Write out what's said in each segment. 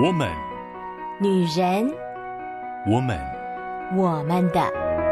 我们， 女人， 我们， 我们的。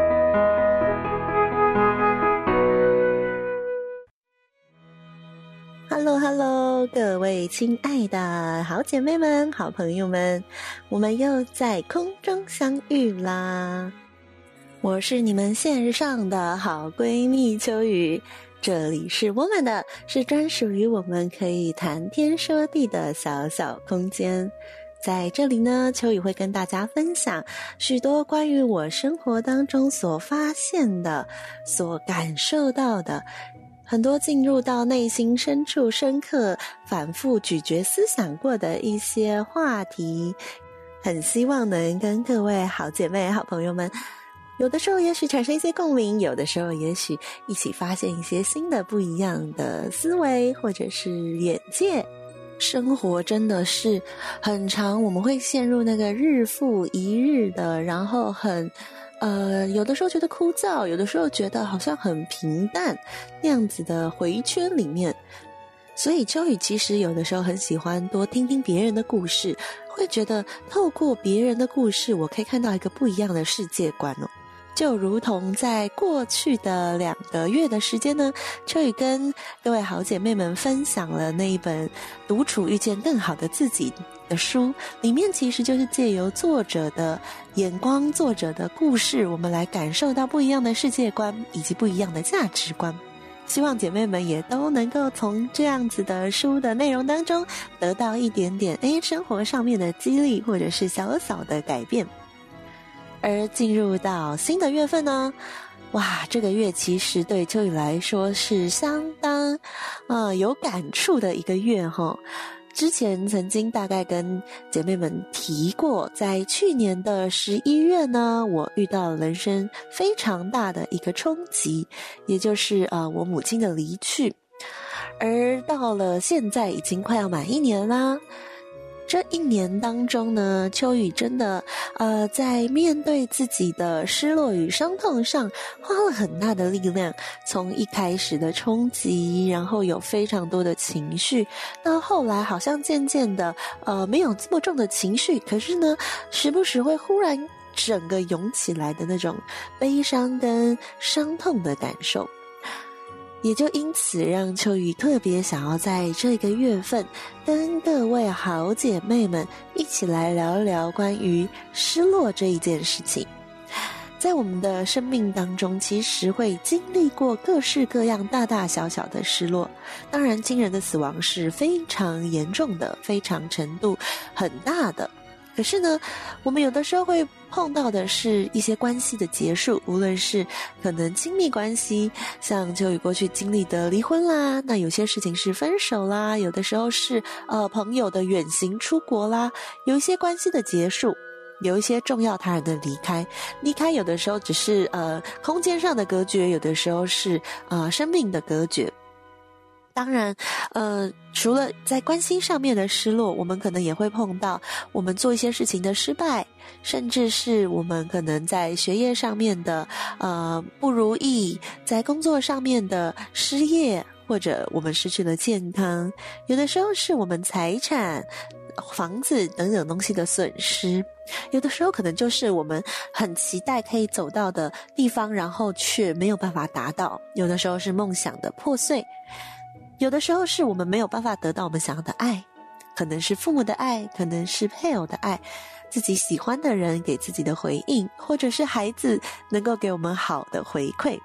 Hello， 各位亲爱的好姐妹们、好朋友们，我们又在空中相遇啦！我是你们线上的好闺蜜秋雨，这里是我们的，是专属于我们可以谈天说地的小小空间。在这里呢，秋雨会跟大家分享许多关于我生活当中所发现的、所感受到的，很多进入到内心深处深刻反复咀嚼思想过的一些话题，很希望能跟各位好姐妹好朋友们有的时候也许产生一些共鸣，有的时候也许一起发现一些新的不一样的思维或者是眼界。生活真的是很长，我们会陷入那个日复一日的，然后有的时候觉得枯燥，有的时候觉得好像很平淡那样子的回圈里面。所以秋雨其实有的时候很喜欢多听听别人的故事，会觉得透过别人的故事，我可以看到一个不一样的世界观哦。就如同在过去的2个月的时间呢，秋雨跟各位好姐妹们分享了那一本《独处遇见更好的自己》的书，里面其实就是借由作者的眼光、作者的故事，我们来感受到不一样的世界观以及不一样的价值观。希望姐妹们也都能够从这样子的书的内容当中得到一点点生活上面的激励，或者是小小的改变。而进入到新的月份呢，哇，这个月其实对秋雨来说是相当有感触的一个月齁。之前曾经大概跟姐妹们提过，在去年的11月呢，我遇到了人生非常大的一个冲击，也就是我母亲的离去。而到了现在已经快要满1年啦。这1年当中呢，秋雨真的在面对自己的失落与伤痛上花了很大的力量，从一开始的冲击，然后有非常多的情绪，到后来好像渐渐的没有这么重的情绪，可是呢时不时会忽然整个涌起来的那种悲伤跟伤痛的感受。也就因此让秋雨特别想要在这个月份跟各位好姐妹们一起来聊聊关于失落这一件事情。在我们的生命当中，其实会经历过各式各样大大小小的失落，当然亲人的死亡是非常严重的，非常程度很大的。可是呢，我们有的时候会碰到的是一些关系的结束，无论是可能亲密关系，像秋雨过去经历的离婚啦，那有些事情是分手啦，有的时候是朋友的远行出国啦，有一些关系的结束，有一些重要他人的离开有的时候只是空间上的隔绝，有的时候是生命的隔绝。当然除了在关系上面的失落，我们可能也会碰到我们做一些事情的失败，甚至是我们可能在学业上面的不如意，在工作上面的失业，或者我们失去了健康，有的时候是我们财产、房子等等东西的损失，有的时候可能就是我们很期待可以走到的地方，然后却没有办法达到，有的时候是梦想的破碎，有的时候是我们没有办法得到我们想要的爱，可能是父母的爱，可能是配偶的爱，自己喜欢的人给自己的回应，或者是孩子能够给我们好的回馈。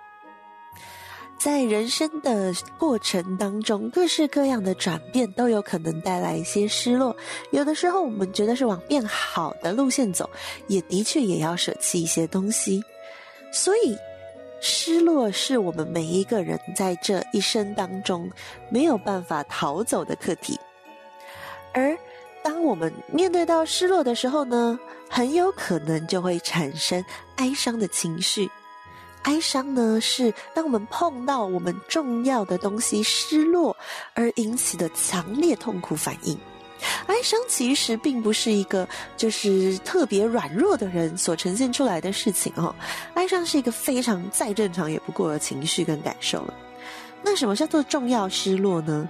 在人生的过程当中，各式各样的转变都有可能带来一些失落，有的时候我们觉得是往变好的路线走，也的确也要舍弃一些东西。所以失落是我们每一个人在这一生当中没有办法逃走的课题。而当我们面对到失落的时候呢，很有可能就会产生哀伤的情绪。哀伤呢，是当我们碰到我们重要的东西失落而引起的强烈痛苦反应。哀伤其实并不是一个就是特别软弱的人所呈现出来的事情哦，哀伤是一个非常再正常也不过的情绪跟感受了。那什么叫做重要失落呢？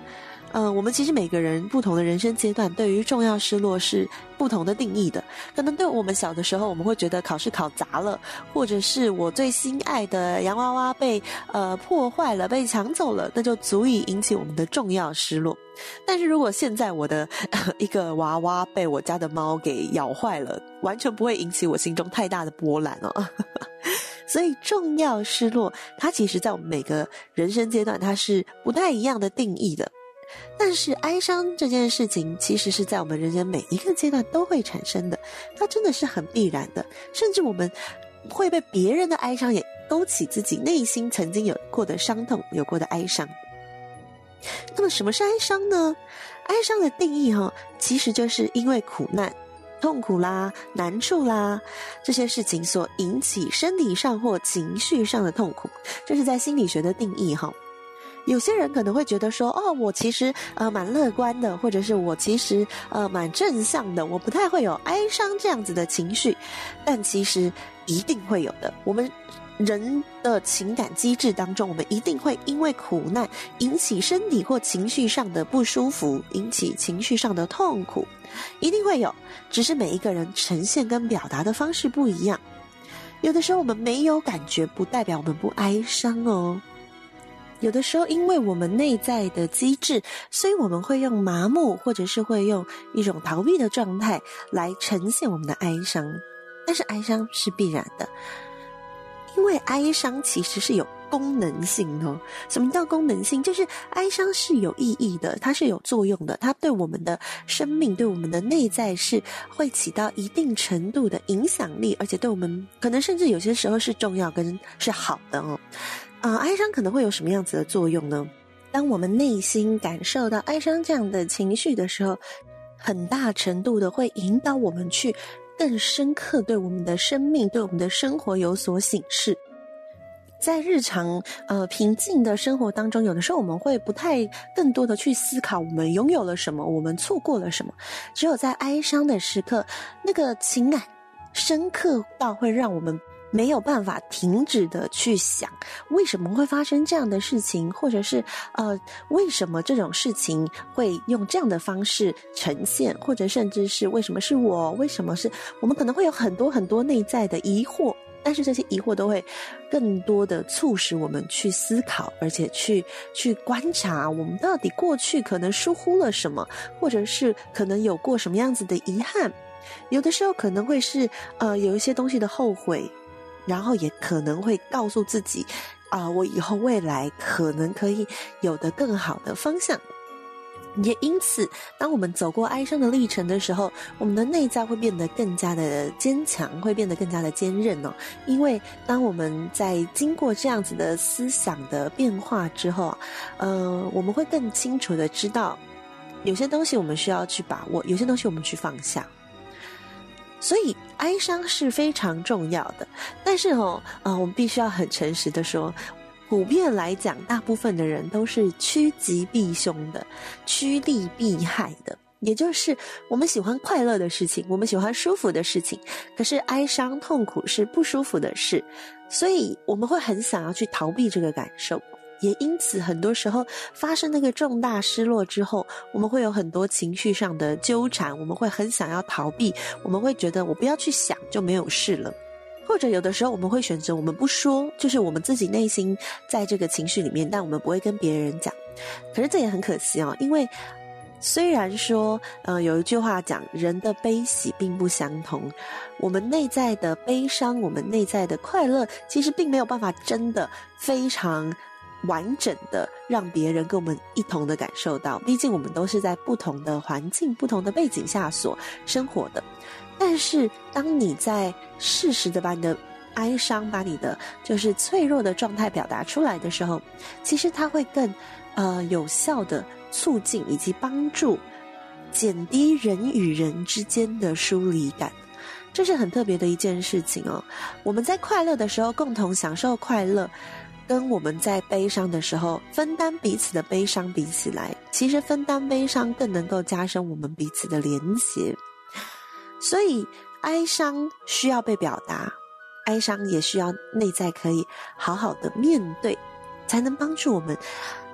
我们其实每个人不同的人生阶段对于重要失落是不同的定义的。可能对我们小的时候，我们会觉得考试考砸了，或者是我最心爱的洋娃娃被破坏了，被抢走了，那就足以引起我们的重要失落。但是如果现在我的一个娃娃被我家的猫给咬坏了，完全不会引起我心中太大的波澜哦。所以重要失落，它其实在我们每个人生阶段，它是不太一样的定义的。但是哀伤这件事情其实是在我们人生每一个阶段都会产生的，它真的是很必然的，甚至我们会被别人的哀伤也勾起自己内心曾经有过的伤痛，有过的哀伤。那么什么是哀伤呢？哀伤的定义其实就是因为苦难、痛苦啦、难处啦这些事情所引起身体上或情绪上的痛苦，这是在心理学的定义有些人可能会觉得说，我其实蛮乐观的，或者是我其实蛮正向的，我不太会有哀伤这样子的情绪，但其实一定会有的。我们人的情感机制当中，我们一定会因为苦难引起身体或情绪上的不舒服，引起情绪上的痛苦，一定会有，只是每一个人呈现跟表达的方式不一样。有的时候我们没有感觉，不代表我们不哀伤哦。有的时候因为我们内在的机制，所以我们会用麻木，或者是会用一种逃避的状态来呈现我们的哀伤。但是哀伤是必然的，因为哀伤其实是有功能性的。什么叫功能性？就是哀伤是有意义的，它是有作用的，它对我们的生命，对我们的内在是会起到一定程度的影响力，而且对我们可能甚至有些时候是重要跟是好的哀伤可能会有什么样子的作用呢？当我们内心感受到哀伤这样的情绪的时候，很大程度的会引导我们去更深刻对我们的生命，对我们的生活有所省视。在日常平静的生活当中，有的时候我们会不太更多的去思考我们拥有了什么，我们错过了什么。只有在哀伤的时刻，那个情感深刻到会让我们没有办法停止的去想为什么会发生这样的事情，或者是为什么这种事情会用这样的方式呈现，或者甚至是为什么是我，为什么是我们，可能会有很多很多内在的疑惑，但是这些疑惑都会更多的促使我们去思考，而且去观察我们到底过去可能疏忽了什么，或者是可能有过什么样子的遗憾。有的时候可能会是有一些东西的后悔，然后也可能会告诉自己我以后未来可能可以有得更好的方向。也因此当我们走过哀伤的历程的时候，我们的内在会变得更加的坚强，会变得更加的坚韧因为当我们在经过这样子的思想的变化之后我们会更清楚的知道有些东西我们需要去把握，有些东西我们去放下。所以哀伤是非常重要的，但是我们必须要很诚实的说，普遍来讲，大部分的人都是趋吉避凶的，趋利避害的。也就是我们喜欢快乐的事情，我们喜欢舒服的事情，可是哀伤痛苦是不舒服的事，所以我们会很想要去逃避这个感受。也因此很多时候发生那个重大失落之后，我们会有很多情绪上的纠缠，我们会很想要逃避，我们会觉得我不要去想就没有事了。或者有的时候我们会选择我们不说，就是我们自己内心在这个情绪里面，但我们不会跟别人讲。可是这也很可惜因为虽然说有一句话讲人的悲喜并不相同，我们内在的悲伤，我们内在的快乐其实并没有办法真的非常完整的让别人跟我们一同的感受到，毕竟我们都是在不同的环境、不同的背景下所生活的。但是当你在适时的把你的哀伤，把你的就是脆弱的状态表达出来的时候，其实它会更有效的促进以及帮助减低人与人之间的疏离感。这是很特别的一件事情我们在快乐的时候共同享受快乐，跟我们在悲伤的时候分担彼此的悲伤比起来，其实分担悲伤更能够加深我们彼此的连结。所以哀伤需要被表达，哀伤也需要内在可以好好的面对，才能帮助我们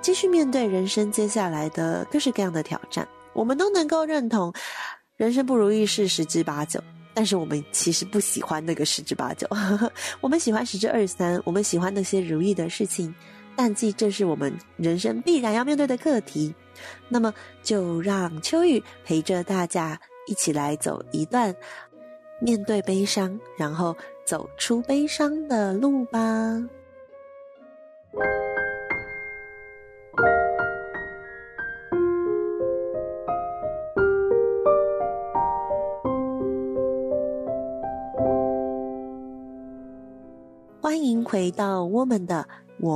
继续面对人生接下来的各式各样的挑战。我们都能够认同人生不如意是十之八九，但是我们其实不喜欢那个十之八九我们喜欢十之二三，我们喜欢那些如意的事情，但既这是我们人生必然要面对的课题，那么就让秋雨陪着大家一起来走一段面对悲伤，然后走出悲伤的路吧。欢迎回到我们的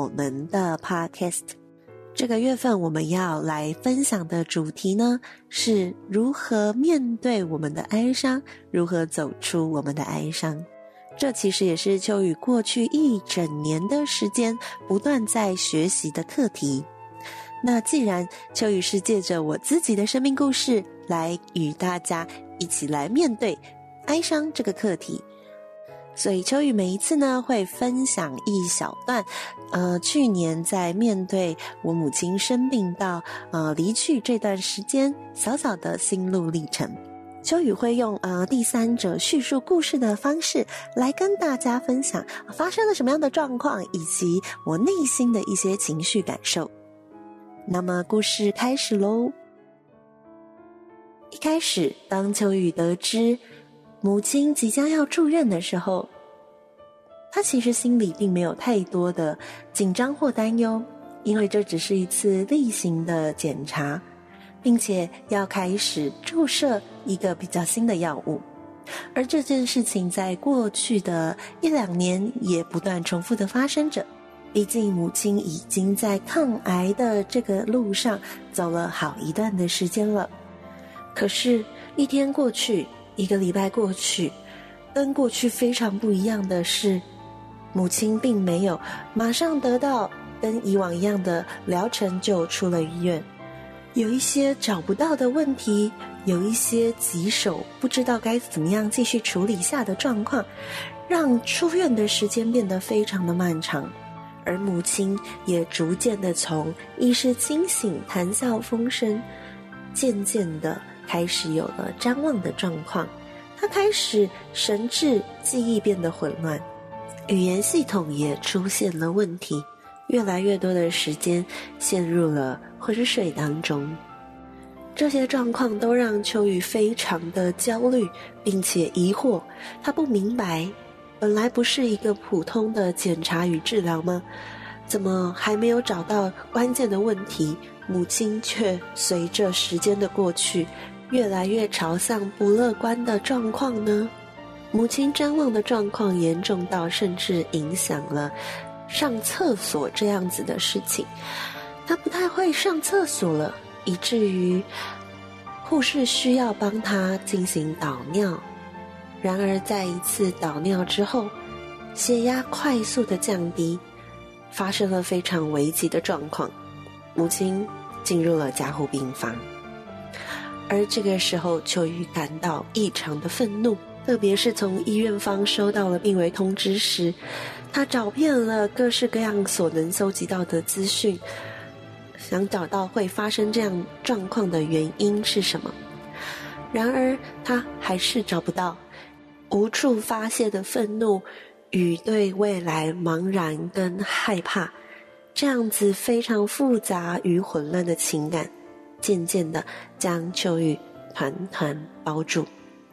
Podcast。 这个月份我们要来分享的主题呢，是如何面对我们的哀伤，如何走出我们的哀伤。这其实也是秋雨过去一整年的时间不断在学习的课题。那既然秋雨是借着我自己的生命故事来与大家一起来面对哀伤这个课题，所以秋雨每一次呢会分享一小段去年在面对我母亲生病到离去这段时间小小的心路历程。秋雨会用第三者叙述故事的方式来跟大家分享发生了什么样的状况，以及我内心的一些情绪感受。那么故事开始咯。一开始当秋雨得知母亲即将要住院的时候，他其实心里并没有太多的紧张或担忧，因为这只是一次例行的检查，并且要开始注射一个比较新的药物。而这件事情在过去的1-2年也不断重复的发生着，毕竟母亲已经在抗癌的这个路上走了好一段的时间了。可是一天过去，一个礼拜过去，跟过去非常不一样的是，母亲并没有马上得到跟以往一样的疗程就出了医院，有一些找不到的问题，有一些棘手不知道该怎么样继续处理下的状况，让出院的时间变得非常的漫长。而母亲也逐渐的从意识清醒、谈笑风生，渐渐的开始有了谵妄的状况。她开始神志记忆变得混乱，语言系统也出现了问题，越来越多的时间陷入了昏睡当中。这些状况都让秋雨非常的焦虑，并且疑惑。她不明白，本来不是一个普通的检查与治疗吗？怎么还没有找到关键的问题，母亲却随着时间的过去越来越朝向不乐观的状况呢？母亲谵妄的状况严重到甚至影响了上厕所这样子的事情。她不太会上厕所了，以至于护士需要帮她进行导尿。然而在一次导尿之后，血压快速的降低，发生了非常危急的状况，母亲进入了加护病房。而这个时候秋雨感到异常的愤怒，特别是从医院方收到了病危通知时，他找遍了各式各样所能搜集到的资讯，想找到会发生这样状况的原因是什么。然而他还是找不到，无处发泄的愤怒与对未来茫然跟害怕，这样子非常复杂与混乱的情感渐渐的将秋雨团团包住。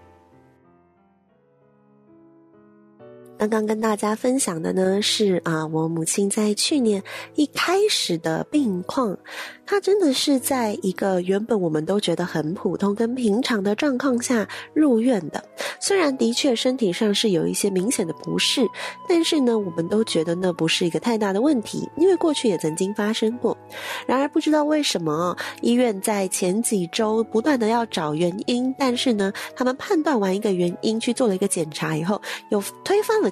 刚刚跟大家分享的呢是我母亲在去年一开始的病况，她真的是在一个原本我们都觉得很普通跟平常的状况下入院的。虽然的确身体上是有一些明显的不适，但是呢我们都觉得那不是一个太大的问题，因为过去也曾经发生过。然而不知道为什么医院在前几周不断的要找原因，但是呢他们判断完一个原因去做了一个检查以后，又推翻了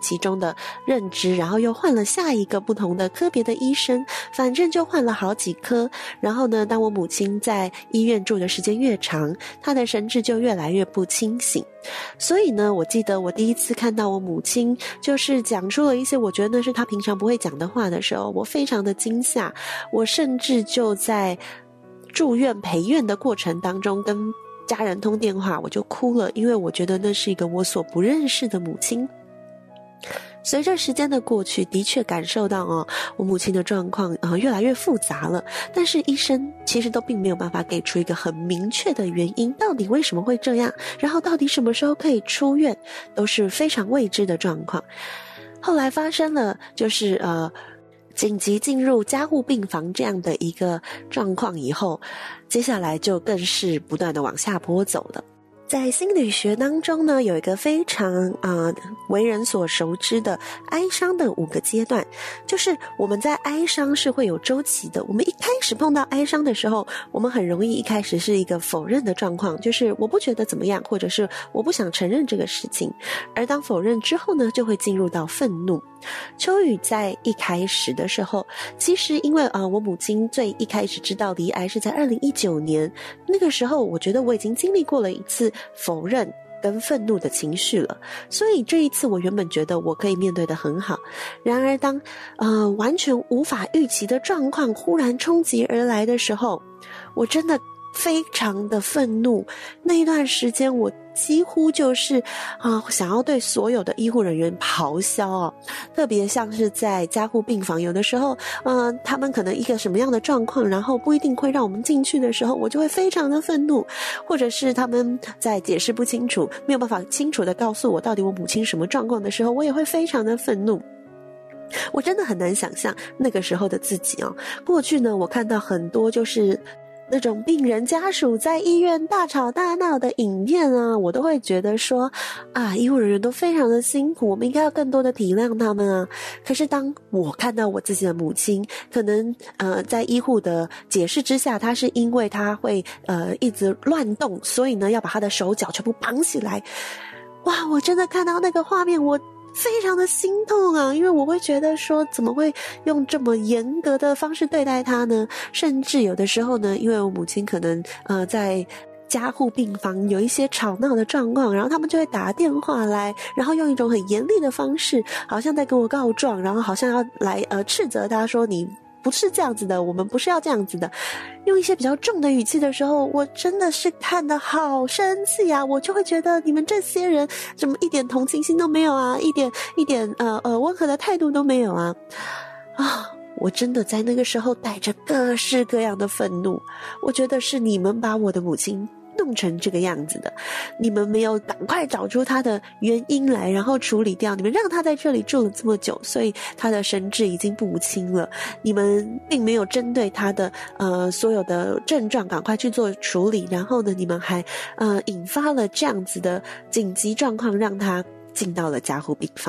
其中的认知，然后又换了下一个不同的科别的医生，反正就换了好几科。然后呢，当我母亲在医院住的时间越长，她的神志就越来越不清醒。所以呢，我记得我第一次看到我母亲就是讲出了一些我觉得那是她平常不会讲的话的时候，我非常的惊吓。我甚至就在住院陪院的过程当中跟家人通电话，我就哭了，因为我觉得那是一个我所不认识的母亲。随着时间的过去，的确感受到我母亲的状况越来越复杂了，但是医生其实都并没有办法给出一个很明确的原因，到底为什么会这样，然后到底什么时候可以出院，都是非常未知的状况。后来发生了就是紧急进入加护病房这样的一个状况以后，接下来就更是不断的往下坡走了。在心理学当中呢，有一个非常为人所熟知的哀伤的5个阶段，就是我们在哀伤是会有周期的。我们一开始碰到哀伤的时候，我们很容易一开始是一个否认的状况，就是我不觉得怎么样，或者是我不想承认这个事情。而当否认之后呢，就会进入到愤怒。秋雨在一开始的时候，其实因为我母亲最一开始知道罹癌是在2019年，那个时候我觉得我已经经历过了一次否认跟愤怒的情绪了，所以这一次我原本觉得我可以面对得很好。然而当完全无法预期的状况忽然冲击而来的时候，我真的非常的愤怒。那一段时间我几乎就是想要对所有的医护人员咆哮特别像是在加护病房，有的时候他们可能一个什么样的状况，然后不一定会让我们进去的时候，我就会非常的愤怒，或者是他们在解释不清楚，没有办法清楚的告诉我到底我母亲什么状况的时候，我也会非常的愤怒。我真的很难想象那个时候的自己过去呢，我看到很多就是那种病人家属在医院大吵大闹的影片我都会觉得说医护人员都非常的辛苦，我们应该要更多的体谅他们可是当我看到我自己的母亲，可能在医护的解释之下，她是因为她会一直乱动，所以呢要把她的手脚全部绑起来。哇，我真的看到那个画面，我非常的心痛因为我会觉得说怎么会用这么严格的方式对待他呢？甚至有的时候呢，因为我母亲可能在加护病房有一些吵闹的状况，然后他们就会打电话来，然后用一种很严厉的方式，好像在跟我告状，然后好像要来斥责他说你不是这样子的，我们不是要这样子的，用一些比较重的语气的时候，我真的是看得好生气我就会觉得你们这些人怎么一点同情心都没有一点温和的态度都没有我真的在那个时候带着各式各样的愤怒，我觉得是你们把我的母亲弄成这个样子的，你们没有赶快找出他的原因来，然后处理掉，你们让他在这里住了这么久，所以他的神志已经不清了，你们并没有针对他的所有的症状赶快去做处理，然后呢你们还引发了这样子的紧急状况，让他进到了加护病房。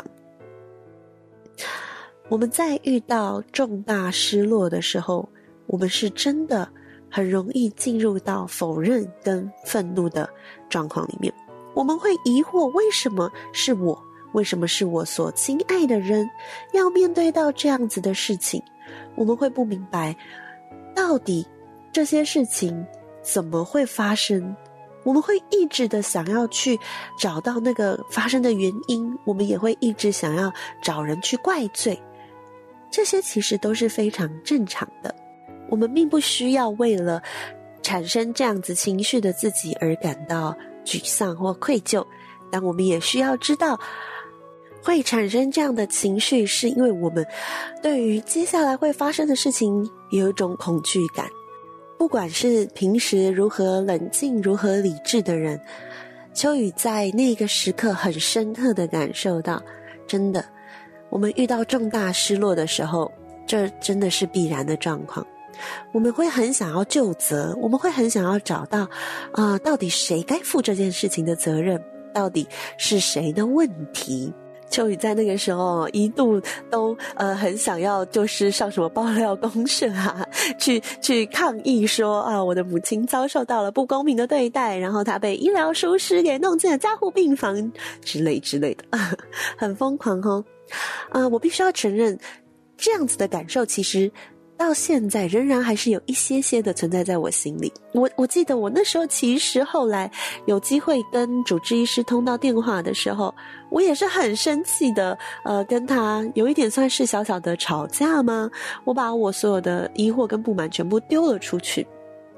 我们在遇到重大失落的时候，我们是真的很容易进入到否认跟愤怒的状况里面。我们会疑惑，为什么是我？为什么是我所亲爱的人要面对到这样子的事情？我们会不明白，到底这些事情怎么会发生？我们会一直的想要去找到那个发生的原因，我们也会一直想要找人去怪罪。这些其实都是非常正常的，我们并不需要为了产生这样子情绪的自己而感到沮丧或愧疚，但我们也需要知道，会产生这样的情绪是因为我们对于接下来会发生的事情有一种恐惧感。不管是平时如何冷静如何理智的人，秋雨在那个时刻很深刻的感受到，真的我们遇到重大失落的时候，这真的是必然的状况。我们会很想要究责，我们会很想要找到到底谁该负这件事情的责任，到底是谁的问题。 秋雨在那个时候一度都很想要就是上什么爆料公社啊，去抗议说啊，我的母亲遭受到了不公平的对待，然后她被医疗疏失给弄进了加护病房之类的，很疯狂哦。我必须要承认，这样子的感受其实到现在仍然还是有一些些的存在在我心里。我记得我那时候其实后来有机会跟主治医师通到电话的时候，我也是很生气的，跟他有一点算是小小的吵架吗？我把我所有的疑惑跟不满全部丢了出去。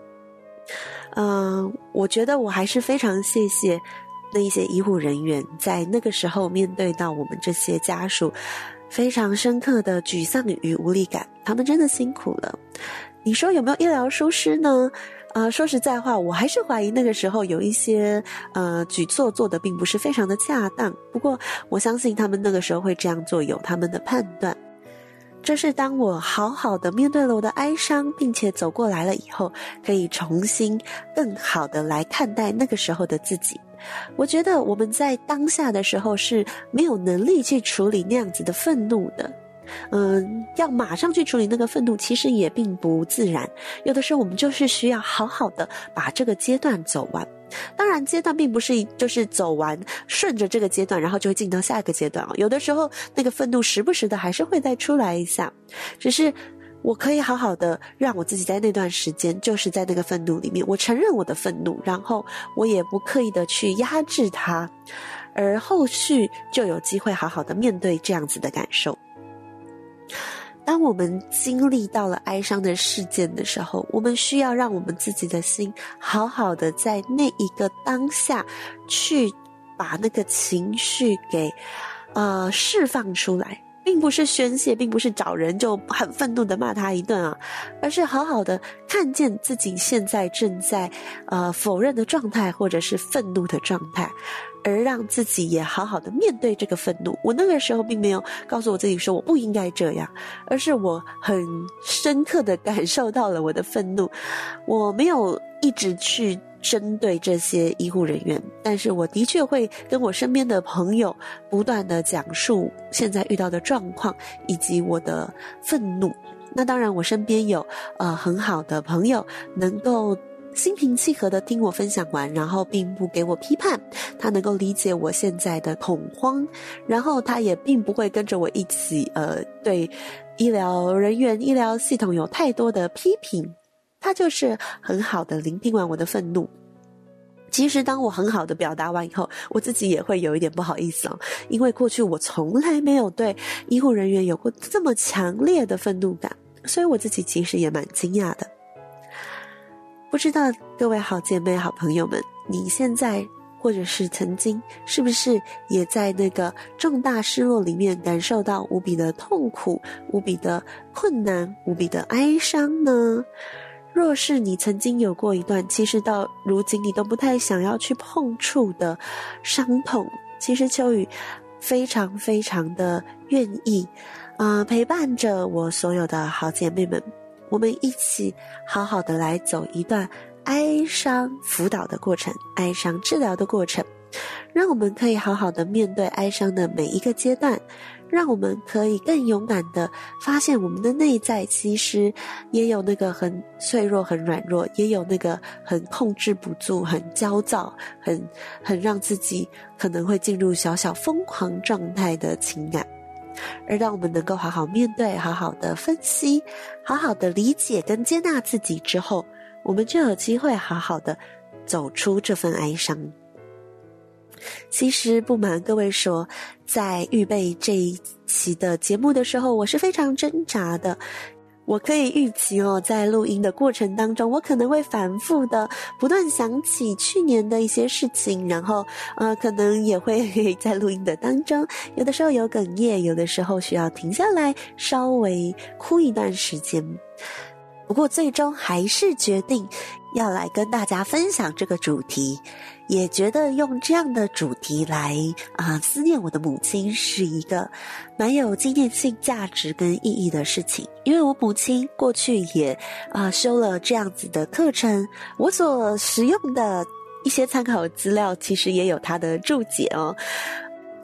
我觉得我还是非常谢谢那一些医护人员在那个时候面对到我们这些家属非常深刻的沮丧与无力感，他们真的辛苦了。你说有没有医疗疏失呢？说实在话，我还是怀疑那个时候有一些举措做得并不是非常的恰当，不过我相信他们那个时候会这样做有他们的判断。这是当我好好的面对了我的哀伤，并且走过来了以后，可以重新更好的来看待那个时候的自己。我觉得我们在当下的时候是没有能力去处理那样子的愤怒的。要马上去处理那个愤怒其实也并不自然，有的时候我们就是需要好好的把这个阶段走完。当然阶段并不是就是走完顺着这个阶段然后就会进到下一个阶段，有的时候那个愤怒时不时的还是会再出来一下，只是我可以好好的让我自己在那段时间就是在那个愤怒里面，我承认我的愤怒，然后我也不刻意的去压制它，而后续就有机会好好的面对这样子的感受。当我们经历到了哀伤的事件的时候，我们需要让我们自己的心好好的在那一个当下去把那个情绪给释放出来，并不是宣泄，并不是找人就很愤怒的骂他一顿啊，而是好好的看见自己现在正在否认的状态或者是愤怒的状态，而让自己也好好的面对这个愤怒。我那个时候并没有告诉我自己说我不应该这样，而是我很深刻的感受到了我的愤怒。我没有一直去针对这些医护人员，但是我的确会跟我身边的朋友不断的讲述现在遇到的状况以及我的愤怒。那当然我身边有很好的朋友能够心平气和的听我分享完，然后并不给我批判，他能够理解我现在的恐慌，然后他也并不会跟着我一起对医疗人员医疗系统有太多的批评，他就是很好的聆听完我的愤怒。其实当我很好的表达完以后，我自己也会有一点不好意思哦，因为过去我从来没有对医护人员有过这么强烈的愤怒感，所以我自己其实也蛮惊讶的。不知道各位好姐妹好朋友们，你现在或者是曾经是不是也在那个重大失落里面感受到无比的痛苦、无比的困难、无比的哀伤呢？若是你曾经有过一段其实到如今你都不太想要去碰触的伤痛，其实秋雨非常非常的愿意陪伴着我所有的好姐妹们，我们一起好好的来走一段哀伤辅导的过程，哀伤治疗的过程，让我们可以好好的面对哀伤的每一个阶段，让我们可以更勇敢的发现我们的内在其实也有那个很脆弱很软弱，也有那个很控制不住很焦躁很让自己可能会进入小小疯狂状态的情感。而当我们能够好好面对，好好的分析，好好的理解跟接纳自己之后，我们就有机会好好的走出这份哀伤。其实不瞒各位说，在预备这一期的节目的时候，我是非常挣扎的。我可以预期在录音的过程当中，我可能会反复的不断想起去年的一些事情，然后可能也会在录音的当中，有的时候有哽咽，有的时候需要停下来稍微哭一段时间。不过最终还是决定要来跟大家分享这个主题，也觉得用这样的主题来思念我的母亲是一个蛮有纪念性价值跟意义的事情。因为我母亲过去也修了这样子的课程，我所使用的一些参考资料其实也有她的注解哦。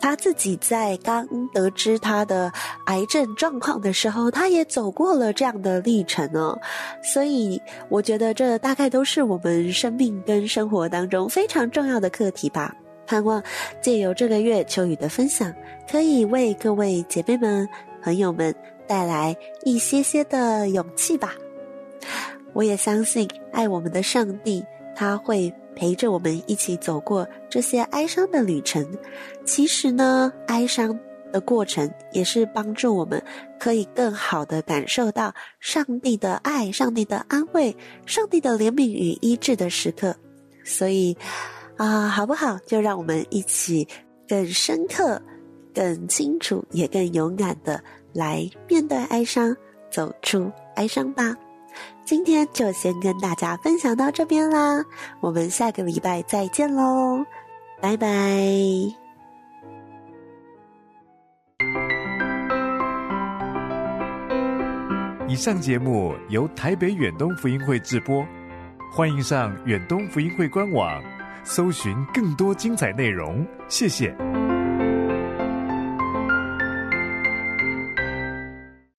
他自己在刚得知他的癌症状况的时候，他也走过了这样的历程哦。所以我觉得这大概都是我们生命跟生活当中非常重要的课题吧。盼望借由这个月秋雨的分享，可以为各位姐妹们、朋友们带来一些些的勇气吧。我也相信爱我们的上帝，他会陪着我们一起走过这些哀伤的旅程。其实呢，哀伤的过程也是帮助我们可以更好地感受到上帝的爱、上帝的安慰、上帝的怜悯与医治的时刻。所以好不好？就让我们一起更深刻、更清楚，也更勇敢的来面对哀伤，走出哀伤吧。今天就先跟大家分享到这边啦，我们下个礼拜再见咯，拜拜。 以上节目由台北远东福音会制播，欢迎上远东福音会官网搜寻更多精彩内容，谢谢。